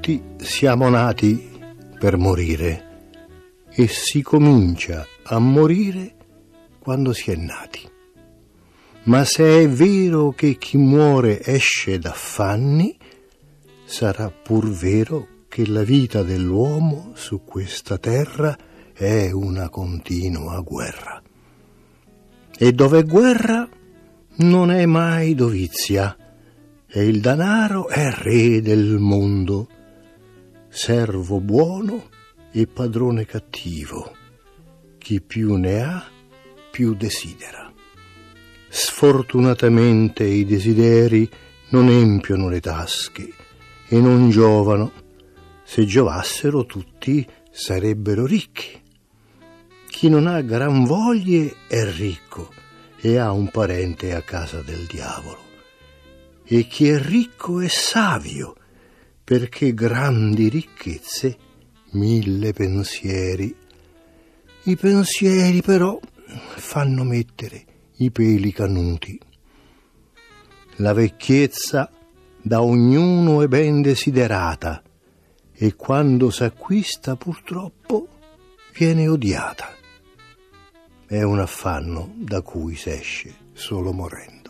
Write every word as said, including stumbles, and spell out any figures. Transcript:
tutti siamo nati per morire e si comincia a morire quando si è nati. Ma se è vero che chi muore esce d'affanni, sarà pur vero che la vita dell'uomo su questa terra è una continua guerra. E dove è guerra non è mai dovizia, e il danaro è re del mondo, servo buono e padrone cattivo. Chi più ne ha, più desidera. Sfortunatamente i desideri non empiono le tasche e non giovano. Se giovassero tutti sarebbero ricchi. Chi non ha gran voglie è ricco e ha un parente a casa del diavolo. E chi è ricco è savio, perché grandi ricchezze, mille pensieri. I pensieri però fanno mettere i peli canuti. La vecchiezza da ognuno è ben desiderata e quando s'acquista purtroppo viene odiata. È un affanno da cui s'esce solo morendo.